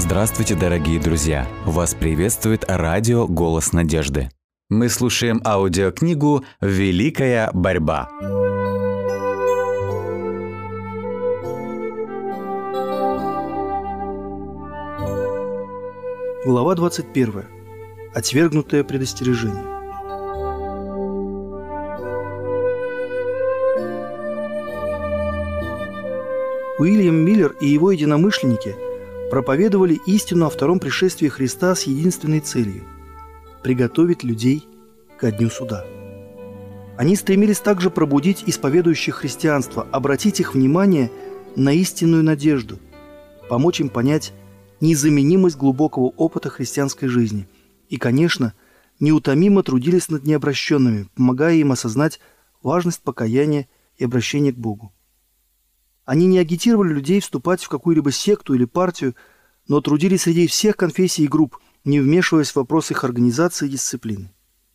Здравствуйте, дорогие друзья! Вас приветствует радио «Голос надежды». Мы слушаем аудиокнигу «Великая борьба». Глава 21. Отвергнутое предостережение. Уильям Миллер и его единомышленники проповедовали истину о втором пришествии Христа с единственной целью – приготовить людей ко дню суда. Они стремились также пробудить исповедующих христианство, обратить их внимание на истинную надежду, помочь им понять незаменимость глубокого опыта христианской жизни и, конечно, неутомимо трудились над необращенными, помогая им осознать важность покаяния и обращения к Богу. Они не агитировали людей вступать в какую-либо секту или партию, но трудились среди всех конфессий и групп, не вмешиваясь в вопрос их организации и дисциплины.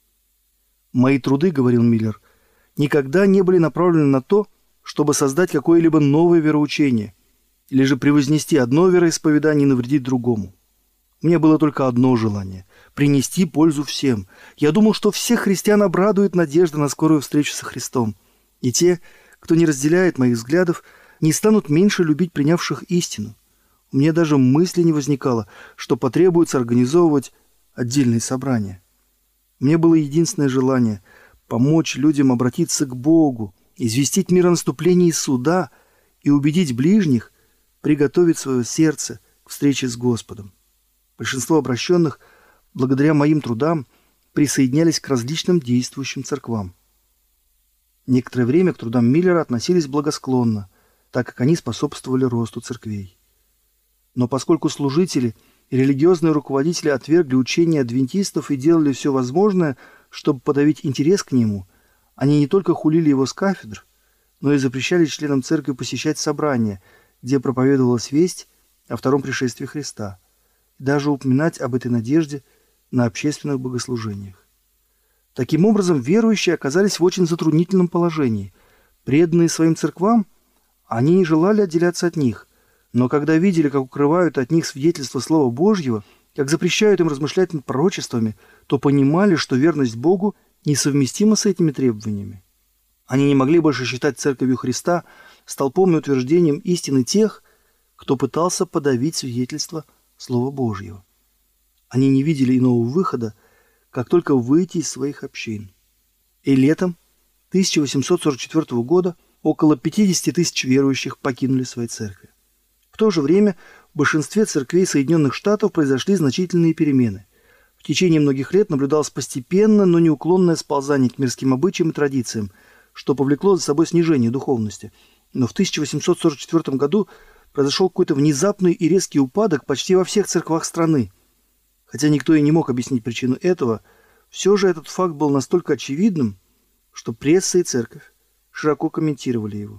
«Мои труды, — говорил Миллер, — никогда не были направлены на то, чтобы создать какое-либо новое вероучение, или же превознести одно вероисповедание и навредить другому. У меня было только одно желание – принести пользу всем. Я думал, что всех христиан обрадует надежда на скорую встречу со Христом, и те, кто не разделяет моих взглядов, не станут меньше любить принявших истину. У меня даже мысли не возникало, что потребуется организовывать отдельные собрания. Мне было единственное желание – помочь людям обратиться к Богу, известить мир о наступлении суда и убедить ближних приготовить свое сердце к встрече с Господом. Большинство обращенных, благодаря моим трудам, присоединялись к различным действующим церквам. Некоторое время к трудам Миллера относились благосклонно, так как они способствовали росту церквей. Но поскольку служители и религиозные руководители отвергли учение адвентистов и делали все возможное, чтобы подавить интерес к нему, они не только хулили его с кафедр, но и запрещали членам церкви посещать собрания, где проповедовалась весть о втором пришествии Христа, и даже упоминать об этой надежде на общественных богослужениях. Таким образом, верующие оказались в очень затруднительном положении. Преданные своим церквам, они не желали отделяться от них, но когда видели, как укрывают от них свидетельство Слова Божьего, как запрещают им размышлять над пророчествами, то понимали, что верность Богу несовместима с этими требованиями. Они не могли больше считать Церковью Христа столпом и утверждением истины тех, кто пытался подавить свидетельство Слова Божьего. Они не видели иного выхода, как только выйти из своих общин. И летом 1844 года около 50 тысяч верующих покинули свои церкви. В то же время в большинстве церквей Соединенных Штатов произошли значительные перемены. В течение многих лет наблюдалось постепенное, но неуклонное сползание к мирским обычаям и традициям, что повлекло за собой снижение духовности. Но в 1844 году произошел какой-то внезапный и резкий упадок почти во всех церквах страны. Хотя никто и не мог объяснить причину этого, все же этот факт был настолько очевидным, что пресса и церковь широко комментировали его.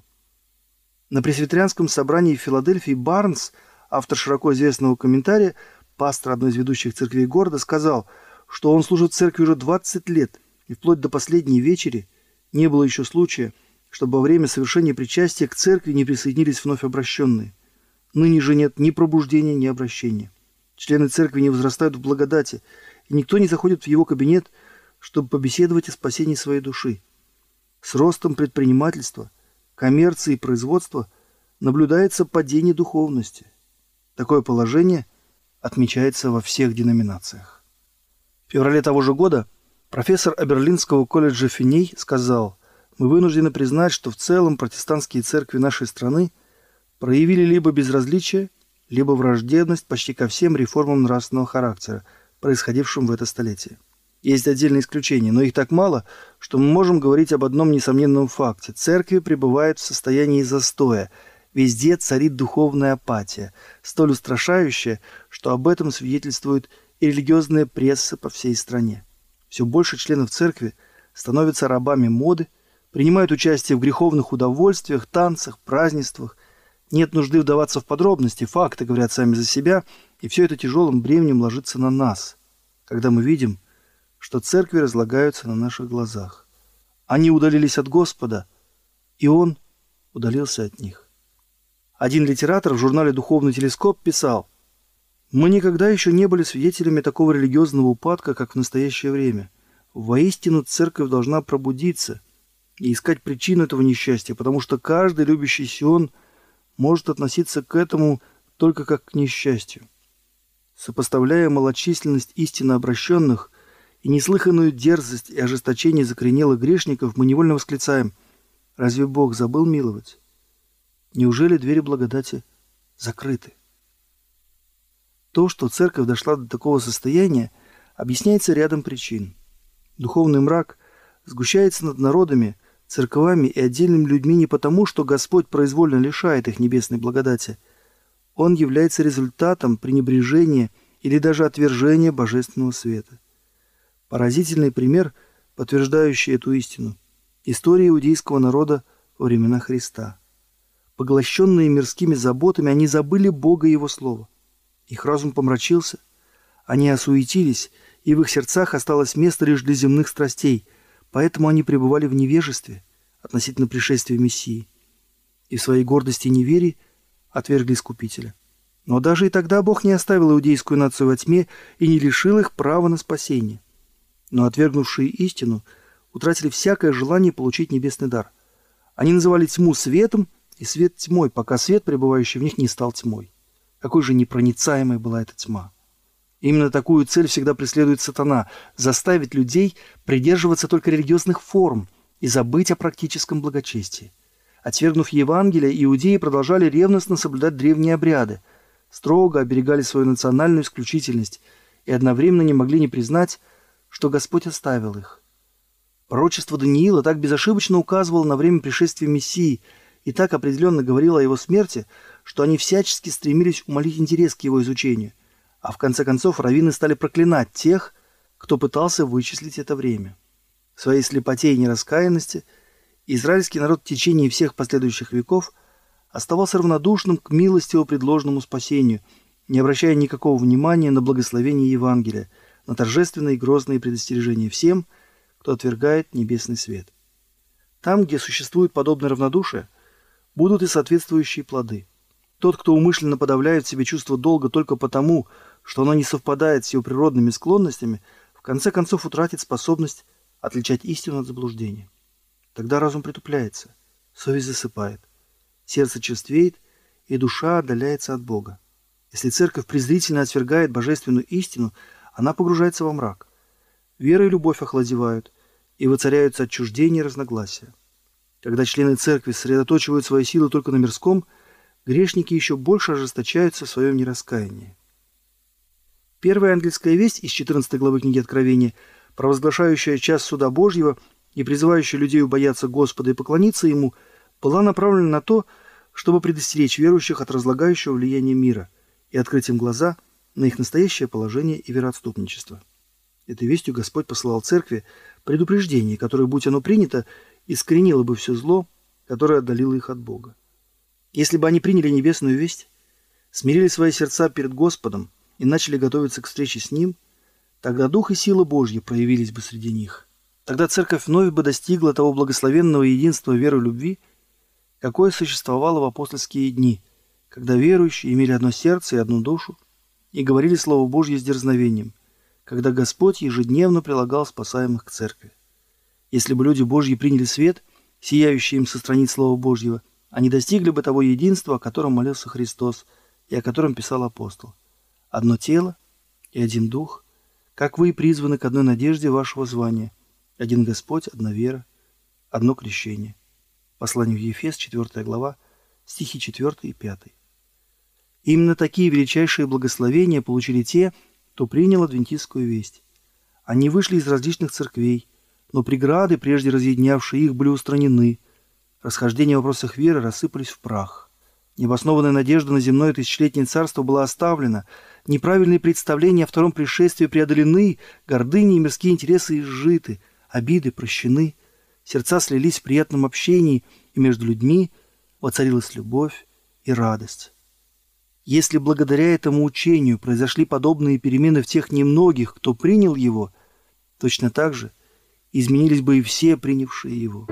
На пресвитерианском собрании в Филадельфии Барнс, автор широко известного комментария, пастор одной из ведущих церквей города, сказал, что он служит в церкви уже 20 лет, и вплоть до последней вечери не было еще случая, чтобы во время совершения причастия к церкви не присоединились вновь обращенные. Ныне же нет ни пробуждения, ни обращения. Члены церкви не возрастают в благодати, и никто не заходит в его кабинет, чтобы побеседовать о спасении своей души. С ростом предпринимательства, коммерции и производства наблюдается падение духовности. Такое положение отмечается во всех деноминациях. В феврале того же года профессор Аберлинского колледжа Финей сказал: «Мы вынуждены признать, что в целом протестантские церкви нашей страны проявили либо безразличие, либо враждебность почти ко всем реформам нравственного характера, происходившим в это столетие. Есть отдельные исключения, но их так мало, что мы можем говорить об одном несомненном факте. Церкви пребывают в состоянии застоя. Везде царит духовная апатия, столь устрашающая, что об этом свидетельствует и религиозная пресса по всей стране. Все больше членов церкви становятся рабами моды, принимают участие в греховных удовольствиях, танцах, празднествах. Нет нужды вдаваться в подробности, факты говорят сами за себя, и все это тяжелым бременем ложится на нас, когда мы видим, что церкви разлагаются на наших глазах. Они удалились от Господа, и Он удалился от них. Один литератор в журнале «Духовный телескоп» писал: Мы никогда еще не были свидетелями такого религиозного упадка, как в настоящее время. Воистину, церковь должна пробудиться и искать причину этого несчастья, потому что каждый любящий Сион может относиться к этому только как к несчастью. Сопоставляя малочисленность истинно обращенных и неслыханную дерзость и ожесточение закоренелых грешников, мы невольно восклицаем: разве Бог забыл миловать? Неужели двери благодати закрыты? То, что церковь дошла до такого состояния, объясняется рядом причин. Духовный мрак сгущается над народами, церквами и отдельными людьми не потому, что Господь произвольно лишает их небесной благодати. Он является результатом пренебрежения или даже отвержения божественного света. Поразительный пример, подтверждающий эту истину – история иудейского народа во времена Христа. Поглощенные мирскими заботами, они забыли Бога и Его Слово. Их разум помрачился, они осуетились, и в их сердцах осталось место лишь для земных страстей, поэтому они пребывали в невежестве относительно пришествия Мессии и в своей гордости и неверии отвергли Искупителя. Но даже и тогда Бог не оставил иудейскую нацию во тьме и не лишил их права на спасение. Но отвергнувшие истину утратили всякое желание получить небесный дар. Они называли тьму светом и свет тьмой, пока свет, пребывающий в них, не стал тьмой. Какой же непроницаемой была эта тьма! Именно такую цель всегда преследует сатана – заставить людей придерживаться только религиозных форм и забыть о практическом благочестии. Отвергнув Евангелие, иудеи продолжали ревностно соблюдать древние обряды, строго оберегали свою национальную исключительность и одновременно не могли не признать, что Господь оставил их. Пророчество Даниила так безошибочно указывало на время пришествия Мессии и так определенно говорило о его смерти, что они всячески стремились умолить интерес к его изучению, а в конце концов раввины стали проклинать тех, кто пытался вычислить это время. В своей слепоте и нераскаянности израильский народ в течение всех последующих веков оставался равнодушным к милостиво предложенному спасению, не обращая никакого внимания на благословение Евангелия, на торжественные и грозные предостережения всем, кто отвергает небесный свет. Там, где существует подобное равнодушие, будут и соответствующие плоды. Тот, кто умышленно подавляет в себе чувство долга только потому, что оно не совпадает с его природными склонностями, в конце концов утратит способность отличать истину от заблуждения. Тогда разум притупляется, совесть засыпает, сердце черствеет, и душа отдаляется от Бога. Если церковь презрительно отвергает божественную истину, она погружается во мрак. Вера и любовь охладевают, и воцаряются отчуждение и разногласия. Когда члены церкви сосредоточивают свои силы только на мирском, грешники еще больше ожесточаются в своем нераскаянии. Первая ангельская весть из 14 главы книги Откровения, провозглашающая час суда Божьего и призывающая людей убояться Господа и поклониться Ему, была направлена на то, чтобы предостеречь верующих от разлагающего влияния мира и открыть им глаза на их настоящее положение и вероотступничество. Этой вестью Господь посылал церкви предупреждение, которое, будь оно принято, искоренило бы все зло, которое отдалило их от Бога. Если бы они приняли небесную весть, смирили свои сердца перед Господом и начали готовиться к встрече с Ним, тогда Дух и сила Божья проявились бы среди них. Тогда церковь вновь бы достигла того благословенного единства веры и любви, какое существовало в апостольские дни, когда верующие имели одно сердце и одну душу и говорили Слово Божье с дерзновением, когда Господь ежедневно прилагал спасаемых к церкви. Если бы люди Божьи приняли свет, сияющий им со страниц Слова Божьего, они достигли бы того единства, о котором молился Христос и о котором писал апостол. Одно тело и один дух, как вы и призваны к одной надежде вашего звания, один Господь, одна вера, одно крещение. Послание в Ефес, 4 глава, стихи 4 и 5. Именно такие величайшие благословения получили те, кто принял адвентистскую весть. Они вышли из различных церквей, но преграды, прежде разъединявшие их, были устранены. Расхождения в вопросах веры рассыпались в прах. Необоснованная надежда на земное тысячелетнее царство была оставлена, неправильные представления о втором пришествии преодолены, гордыни и мирские интересы изжиты, обиды прощены, сердца слились в приятном общении, и между людьми воцарилась любовь и радость. Если благодаря этому учению произошли подобные перемены в тех немногих, кто принял его, точно так же изменились бы и все, принявшие его.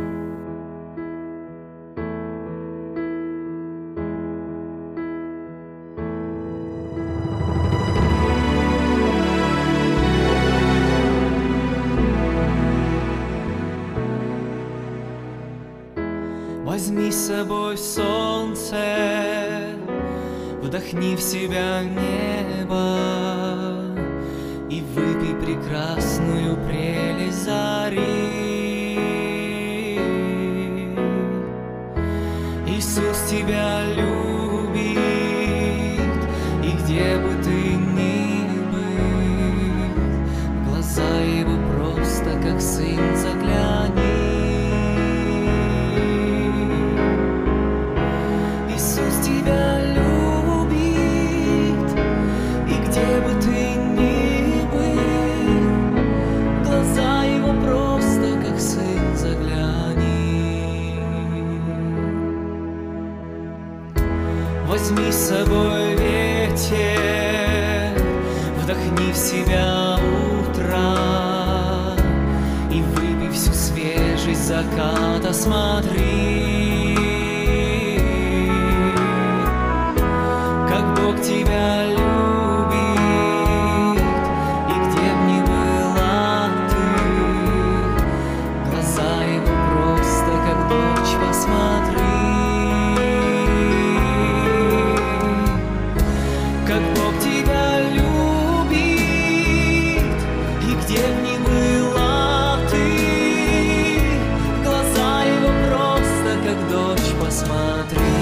Возьми с собой солнце, вдохни в себя небо и выпей прекрасную прелесть зари. Иисус тебя любит, и где бы ты ни был, в глаза Его просто как сын загляни. Иисус тебя любит, и где бы ты ни был, в глаза Его просто как сын загляни. Возьми с собой ветер, вдохни в себя утро и выпей всю свежесть заката, смотри, как Бог тебя любит, и где б ни была ты, глаза Его просто как дочь, посмотри. Как Бог тебя любит, и где б ни была ты, глаза Его просто как дочь, посмотри.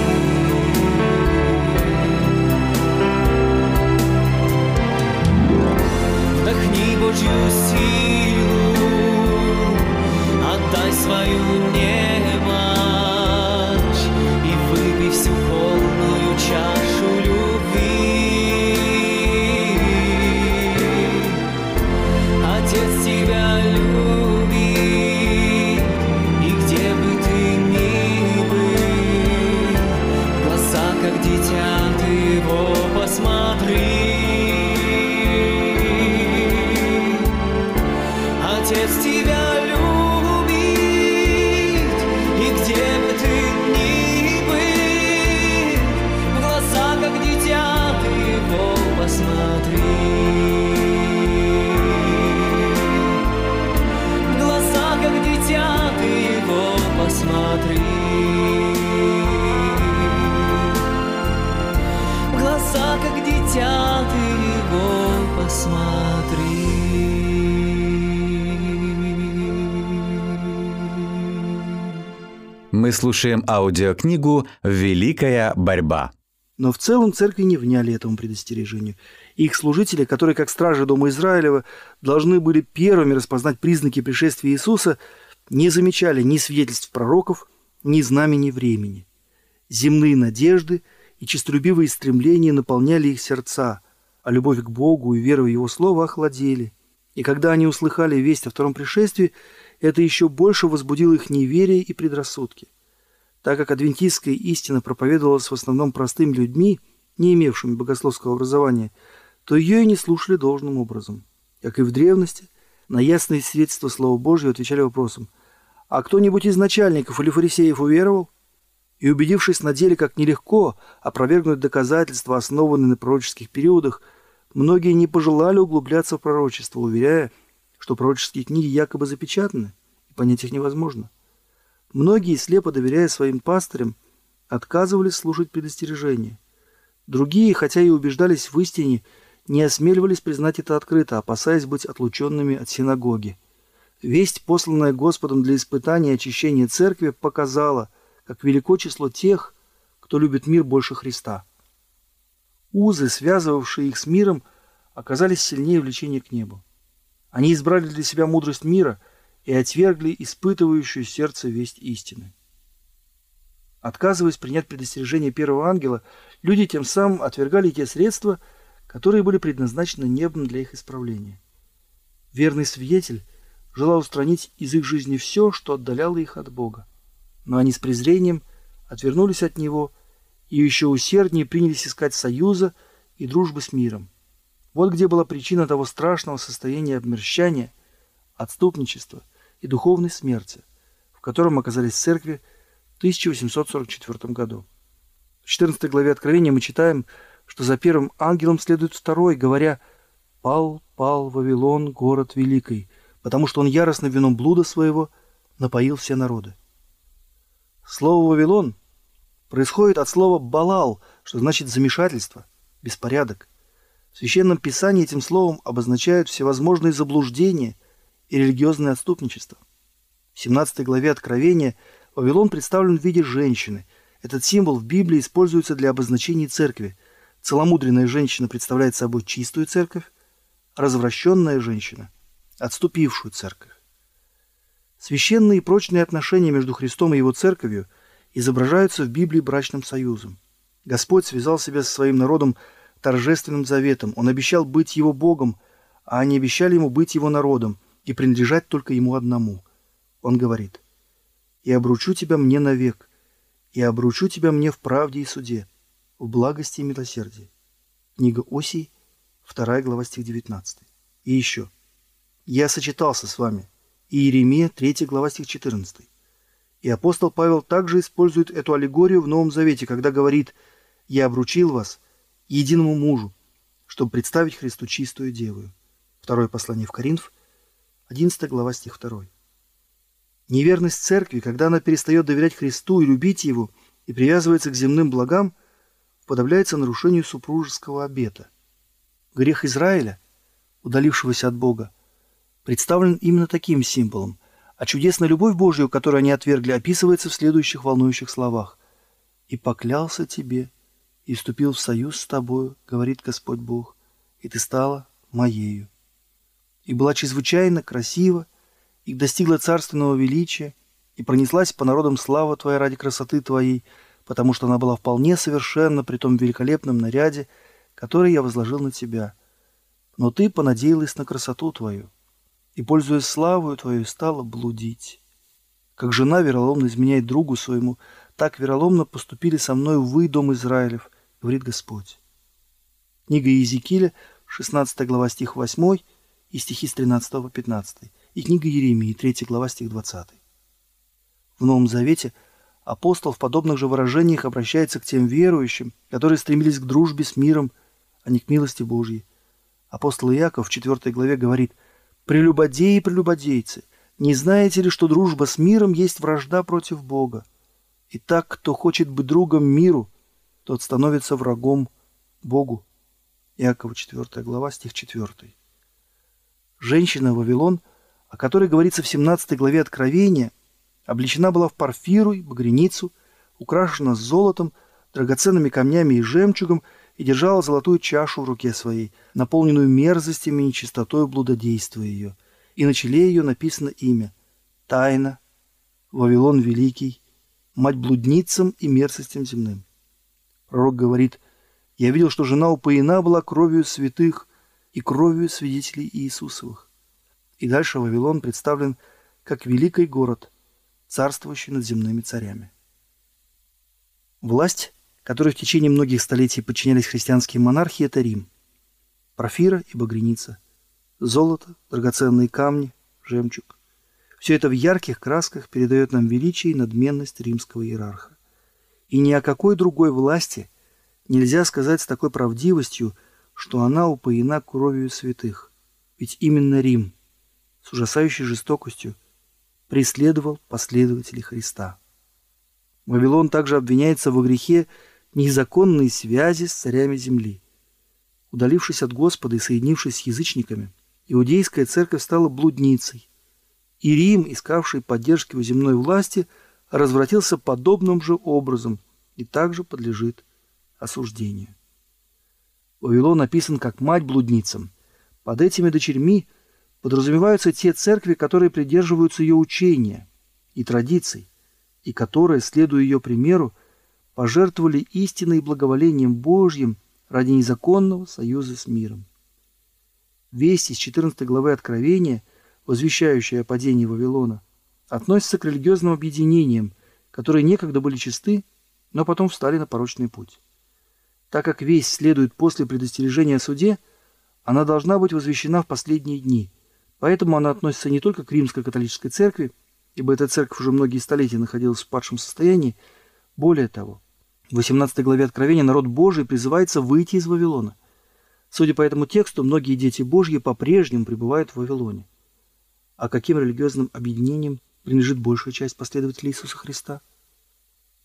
Вдохни Божью силу, отдай свою немощь и выпей всю полную чашу любви. Отец тебя любит, и где бы ты ни был, в глаза как дитя ты Его посмотри. Отец тебя любит, и где бы ты ни был, в глаза как дитя ты Его посмотри. В глаза как дитя ты Его посмотри. В глаза как дитя ты Его посмотри. Мы слушаем аудиокнигу «Великая борьба». Но в целом церкви не вняли этому предостережению. Их служители, которые, как стражи Дома Израилева, должны были первыми распознать признаки пришествия Иисуса, не замечали ни свидетельств пророков, ни знамений времени. Земные надежды и честолюбивые стремления наполняли их сердца, а любовь к Богу и вера в Его Слово охладели. И когда они услыхали весть о втором пришествии, это еще больше возбудило их неверие и предрассудки. Так как адвентистская истина проповедовалась в основном простым людьми, не имевшими богословского образования, то ее и не слушали должным образом. Как и в древности, на ясные свидетельства Слова Божьего отвечали вопросом: «А кто-нибудь из начальников или фарисеев уверовал?» И, убедившись на деле, как нелегко опровергнуть доказательства, основанные на пророческих периодах, многие не пожелали углубляться в пророчество, уверяя, что пророческие книги якобы запечатаны, и понять их невозможно. Многие, слепо доверяя своим пастырям, отказывались слушать предостережения. Другие, хотя и убеждались в истине, не осмеливались признать это открыто, опасаясь быть отлученными от синагоги. Весть, посланная Господом для испытания и очищения церкви, показала, как велико число тех, кто любит мир больше Христа. Узы, связывавшие их с миром, оказались сильнее влечения к небу. Они избрали для себя мудрость мира и отвергли испытывающую сердце весть истины. Отказываясь принять предостережение первого ангела, люди тем самым отвергали те средства, которые были предназначены небом для их исправления. Верный свидетель желал устранить из их жизни все, что отдаляло их от Бога. Но они с презрением отвернулись от Него и еще усерднее принялись искать союза и дружбы с миром. Вот где была причина того страшного состояния обмерщания, отступничества и духовной смерти, в котором оказались церкви в 1844 году. В 14 главе Откровения мы читаем, что за первым ангелом следует второй, говоря: «Пал, пал Вавилон, город великий, потому что он яростно вином блуда своего напоил все народы». Слово «Вавилон» происходит от слова «балал», что значит замешательство, беспорядок. В Священном Писании этим словом обозначают всевозможные заблуждения и религиозное отступничество. В 17 главе Откровения Вавилон представлен в виде женщины. Этот символ в Библии используется для обозначения церкви. Целомудренная женщина представляет собой чистую церковь, а развращенная женщина – отступившую церковь. Священные и прочные отношения между Христом и Его церковью изображаются в Библии брачным союзом. Господь связал себя со своим народом торжественным заветом. Он обещал быть Его Богом, а они обещали Ему быть Его народом и принадлежать только Ему одному. Он говорит: «И обручу тебя мне навек, и обручу тебя мне в правде и суде, в благости и милосердии». Книга Осии, 2 глава, стих 19. И еще: «Я сочетался с вами». Иеремия, 3 глава, стих 14. И апостол Павел также использует эту аллегорию в Новом Завете, когда говорит: «Я обручил вас единому мужу, чтобы представить Христу чистую девою». Второе послание в Коринф, 11 глава, стих 2. Неверность церкви, когда она перестает доверять Христу и любить Его, и привязывается к земным благам, подавляется нарушению супружеского обета. Грех Израиля, удалившегося от Бога, представлен именно таким символом, а чудесная любовь Божью, которую они отвергли, описывается в следующих волнующих словах: «И поклялся тебе, и вступил в союз с тобою, говорит Господь Бог, и ты стала моею. И была чрезвычайно красива, и достигла царственного величия, и пронеслась по народам слава твоя ради красоты твоей, потому что она была вполне совершенна при том великолепном наряде, который я возложил на тебя. Но ты понадеялась на красоту твою, и, пользуясь славою твою, стала блудить. Как жена вероломно изменяет другу своему, так вероломно поступили со мною вы, дом Израилев, говорит Господь». Книга Иезекииля, 16 глава, стих 8 и стихи с 13 по 15. И книга Иеремии, 3 глава, стих 20. В Новом Завете апостол в подобных же выражениях обращается к тем верующим, которые стремились к дружбе с миром, а не к милости Божьей. Апостол Иаков в 4 главе говорит: «Прелюбодеи и прелюбодейцы, не знаете ли, что дружба с миром есть вражда против Бога? Итак, кто хочет быть другом миру, тот становится врагом Богу». Иакова 4 глава, стих 4. Женщина Вавилон, о которой говорится в 17 главе Откровения, облечена была в парфиру и багряницу, украшена золотом, драгоценными камнями и жемчугом, и держала золотую чашу в руке своей, наполненную мерзостями и нечистотой блудодействия ее. И на челе ее написано имя: Тайна, Вавилон Великий, мать блудницам и мерзостям земным. Пророк говорит: «Я видел, что жена упоена была кровью святых и кровью свидетелей Иисусовых». И дальше Вавилон представлен как великий город, царствующий над земными царями. Власть, которой в течение многих столетий подчинялись христианские монархии, это Рим. Парфира и багряница, золото, драгоценные камни, жемчуг. Все это в ярких красках передает нам величие и надменность римского иерарха. И ни о какой другой власти нельзя сказать с такой правдивостью, что она упоена кровью святых. Ведь именно Рим с ужасающей жестокостью преследовал последователей Христа. Вавилон также обвиняется во грехе незаконной связи с царями земли. Удалившись от Господа и соединившись с язычниками, иудейская церковь стала блудницей, и Рим, искавший поддержки у земной власти, развратился подобным же образом и также подлежит осуждению. Вавилон описан как мать блудницам. Под этими дочерьми подразумеваются те церкви, которые придерживаются ее учения и традиций, и которые, следуя ее примеру, пожертвовали истиной и благоволением Божьим ради незаконного союза с миром. Весть из 14 главы Откровения, возвещающая о падении Вавилона, относится к религиозным объединениям, которые некогда были чисты, но потом встали на порочный путь. Так как весть следует после предостережения о суде, она должна быть возвещена в последние дни. Поэтому она относится не только к Римской католической церкви, ибо эта церковь уже многие столетия находилась в падшем состоянии. Более того, в 18 главе Откровения народ Божий призывается выйти из Вавилона. Судя по этому тексту, многие дети Божьи по-прежнему пребывают в Вавилоне. А каким религиозным объединениям принадлежит большая часть последователей Иисуса Христа?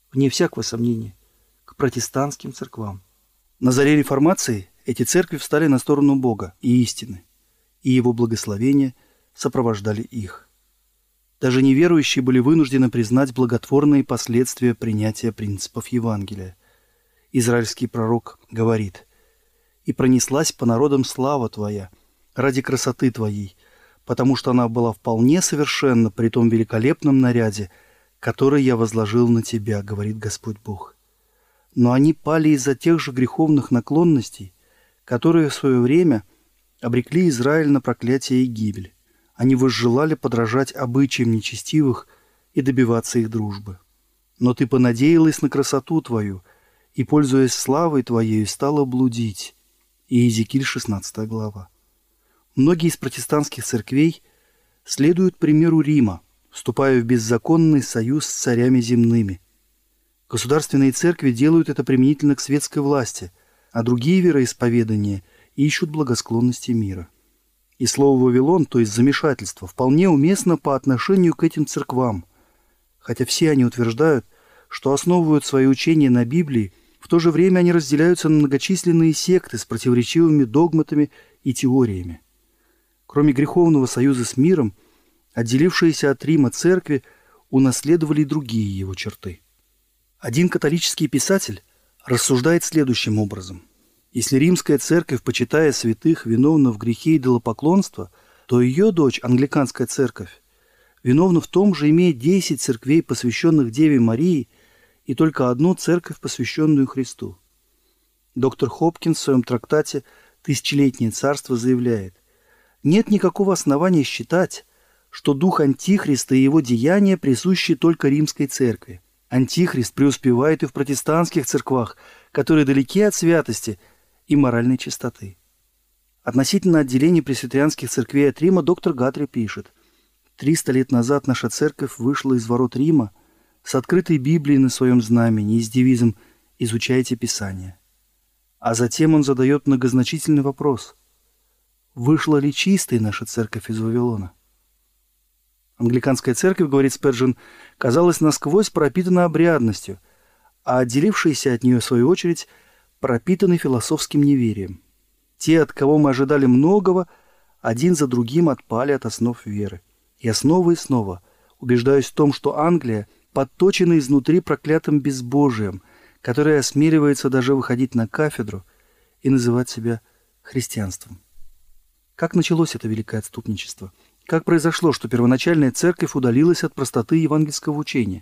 вне всякого сомнения, к протестантским церквам. На заре реформации эти церкви встали на сторону Бога и истины, и Его благословения сопровождали их. Даже неверующие были вынуждены признать благотворные последствия принятия принципов Евангелия. Израильский пророк говорит: «И пронеслась по народам слава Твоя ради красоты Твоей, потому что она была вполне совершенна при том великолепном наряде, который я возложил на Тебя, говорит Господь Бог». Но они пали из-за тех же греховных наклонностей, которые в свое время обрекли Израиль на проклятие и гибель. Они возжелали подражать обычаям нечестивых и добиваться их дружбы. Но ты понадеялась на красоту Твою, и, пользуясь славой Твоей, стала блудить. Иезекииль, 16 глава. Многие из протестантских церквей следуют примеру Рима, вступая в беззаконный союз с царями земными. Государственные церкви делают это применительно к светской власти, а другие вероисповедания ищут благосклонности мира. И слово «Вавилон», то есть замешательство, вполне уместно по отношению к этим церквам, хотя все они утверждают, что основывают свои учения на Библии, в то же время они разделяются на многочисленные секты с противоречивыми догматами и теориями. Кроме греховного союза с миром, отделившиеся от Рима церкви унаследовали и другие его черты. Один католический писатель рассуждает следующим образом. Если римская церковь, почитая святых, виновна в грехе идолопоклонства, то ее дочь, англиканская церковь, виновна в том же, имея 10 церквей, посвященных Деве Марии, и только одну церковь, посвященную Христу. Доктор Хопкинс в своем трактате «Тысячелетнее царство» заявляет: нет никакого основания считать, что дух Антихриста и его деяния присущи только римской церкви. Антихрист преуспевает и в протестантских церквах, которые далеки от святости и моральной чистоты. Относительно отделения пресвитерианских церквей от Рима доктор Гатри пишет: 300 лет назад наша церковь вышла из ворот Рима с открытой Библией на своем знамени и с девизом «Изучайте Писание». А затем он задает многозначительный вопрос: вышла ли чистой наша церковь из Вавилона? Англиканская церковь, говорит Спержин, казалась насквозь пропитана обрядностью, а отделившиеся от нее, в свою очередь, пропитаны философским неверием. Те, от кого мы ожидали многого, один за другим отпали от основ веры. Я снова и снова убеждаюсь в том, что Англия подточена изнутри проклятым безбожием, которое осмеливается даже выходить на кафедру и называть себя христианством. Как началось это великое отступничество? Как произошло, что первоначальная церковь удалилась от простоты евангельского учения?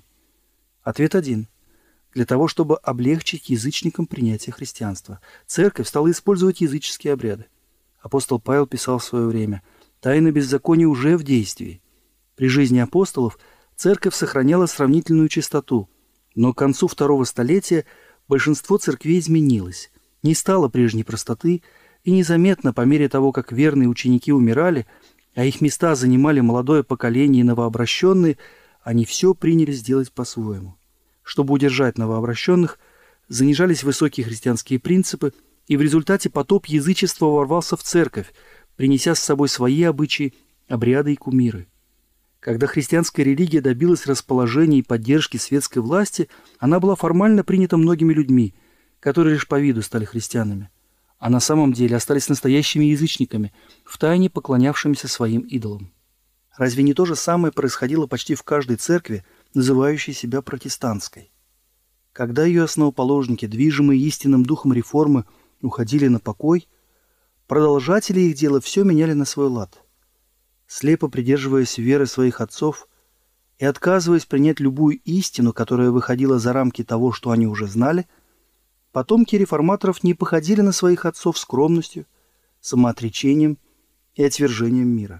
Ответ один. Для того, чтобы облегчить язычникам принятие христианства. Церковь стала использовать языческие обряды. Апостол Павел писал в свое время: «Тайна беззакония уже в действии». При жизни апостолов церковь сохраняла сравнительную чистоту, но к концу 2-го столетия большинство церквей изменилось. Не стало прежней простоты, и незаметно, по мере того, как верные ученики умирали, а их места занимали молодое поколение и новообращенные, они все принялись делать по-своему. Чтобы удержать новообращенных, занижались высокие христианские принципы, и в результате потоп язычества ворвался в церковь, принеся с собой свои обычаи, обряды и кумиры. Когда христианская религия добилась расположения и поддержки светской власти, она была формально принята многими людьми, которые лишь по виду стали христианами, а на самом деле остались настоящими язычниками, втайне поклонявшимися своим идолам. Разве не то же самое происходило почти в каждой церкви, называющей себя протестантской? Когда ее основоположники, движимые истинным духом реформы, уходили на покой, продолжатели их дела все меняли на свой лад. Слепо придерживаясь веры своих отцов и отказываясь принять любую истину, которая выходила за рамки того, что они уже знали, потомки реформаторов не походили на своих отцов скромностью, самоотречением и отвержением мира.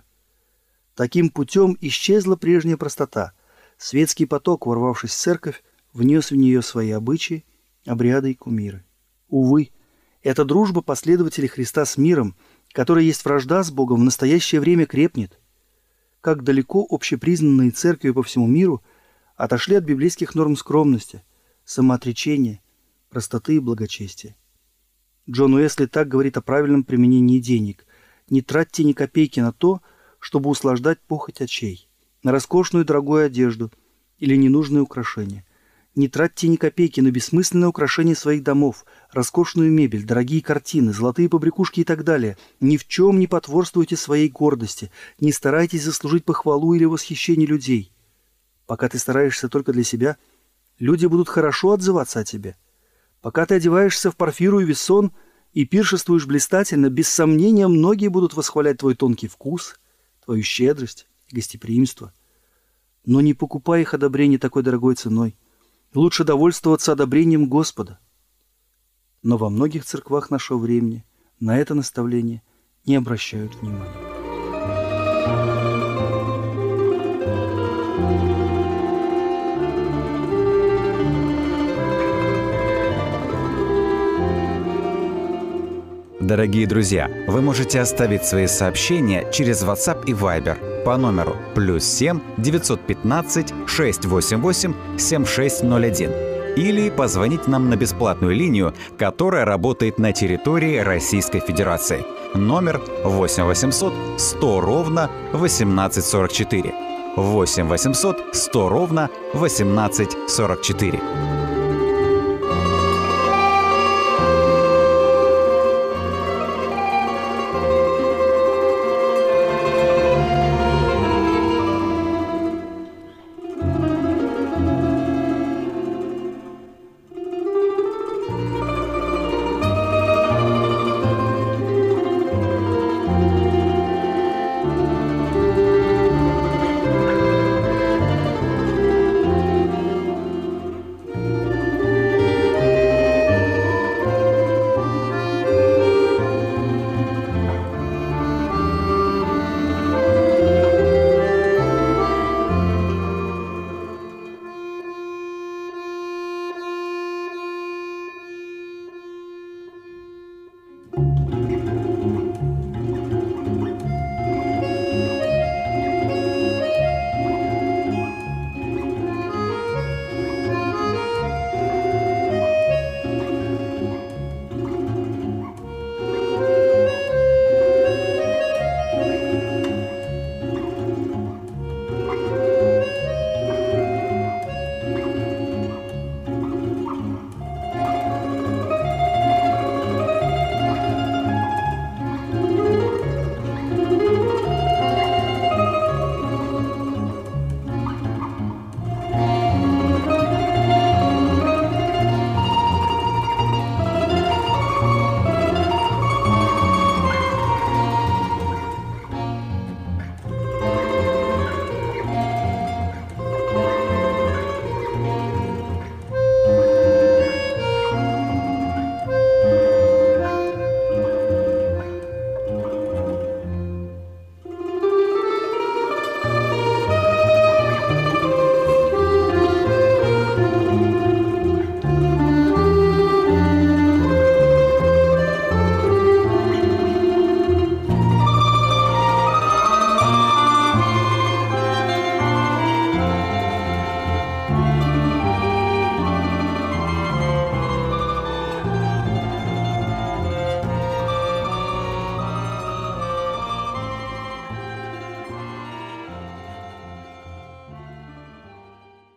Таким путем исчезла прежняя простота. Светский поток, ворвавшись в церковь, внес в нее свои обычаи, обряды и кумиры. Увы, эта дружба последователей Христа с миром, которая есть вражда с Богом, в настоящее время крепнет. Как далеко общепризнанные церкви по всему миру отошли от библейских норм скромности, самоотречения, простоты и благочестия. Джон Уэсли так говорит о правильном применении денег: «Не тратьте ни копейки на то, чтобы услаждать похоть очей, на роскошную и дорогую одежду или ненужные украшения. Не тратьте ни копейки на бессмысленное украшение своих домов, роскошную мебель, дорогие картины, золотые побрякушки и так далее. Ни в чем не потворствуйте своей гордости, не старайтесь заслужить похвалу или восхищение людей. Пока ты стараешься только для себя, люди будут хорошо отзываться о тебе. Пока ты одеваешься в парфиру и вессон и пиршествуешь блистательно, без сомнения многие будут восхвалять твой тонкий вкус, твою щедрость, гостеприимство. Но не покупай их одобрение такой дорогой ценой. Лучше довольствоваться одобрением Господа. Но во многих церквах нашего времени на это наставление не обращают внимания. Дорогие друзья, вы можете оставить свои сообщения через WhatsApp и Viber по номеру +7 915 688 7601 или позвонить нам на бесплатную линию, которая работает на территории Российской Федерации. Номер 8 800 100 ровно 1844. 8 800 100 ровно 1844.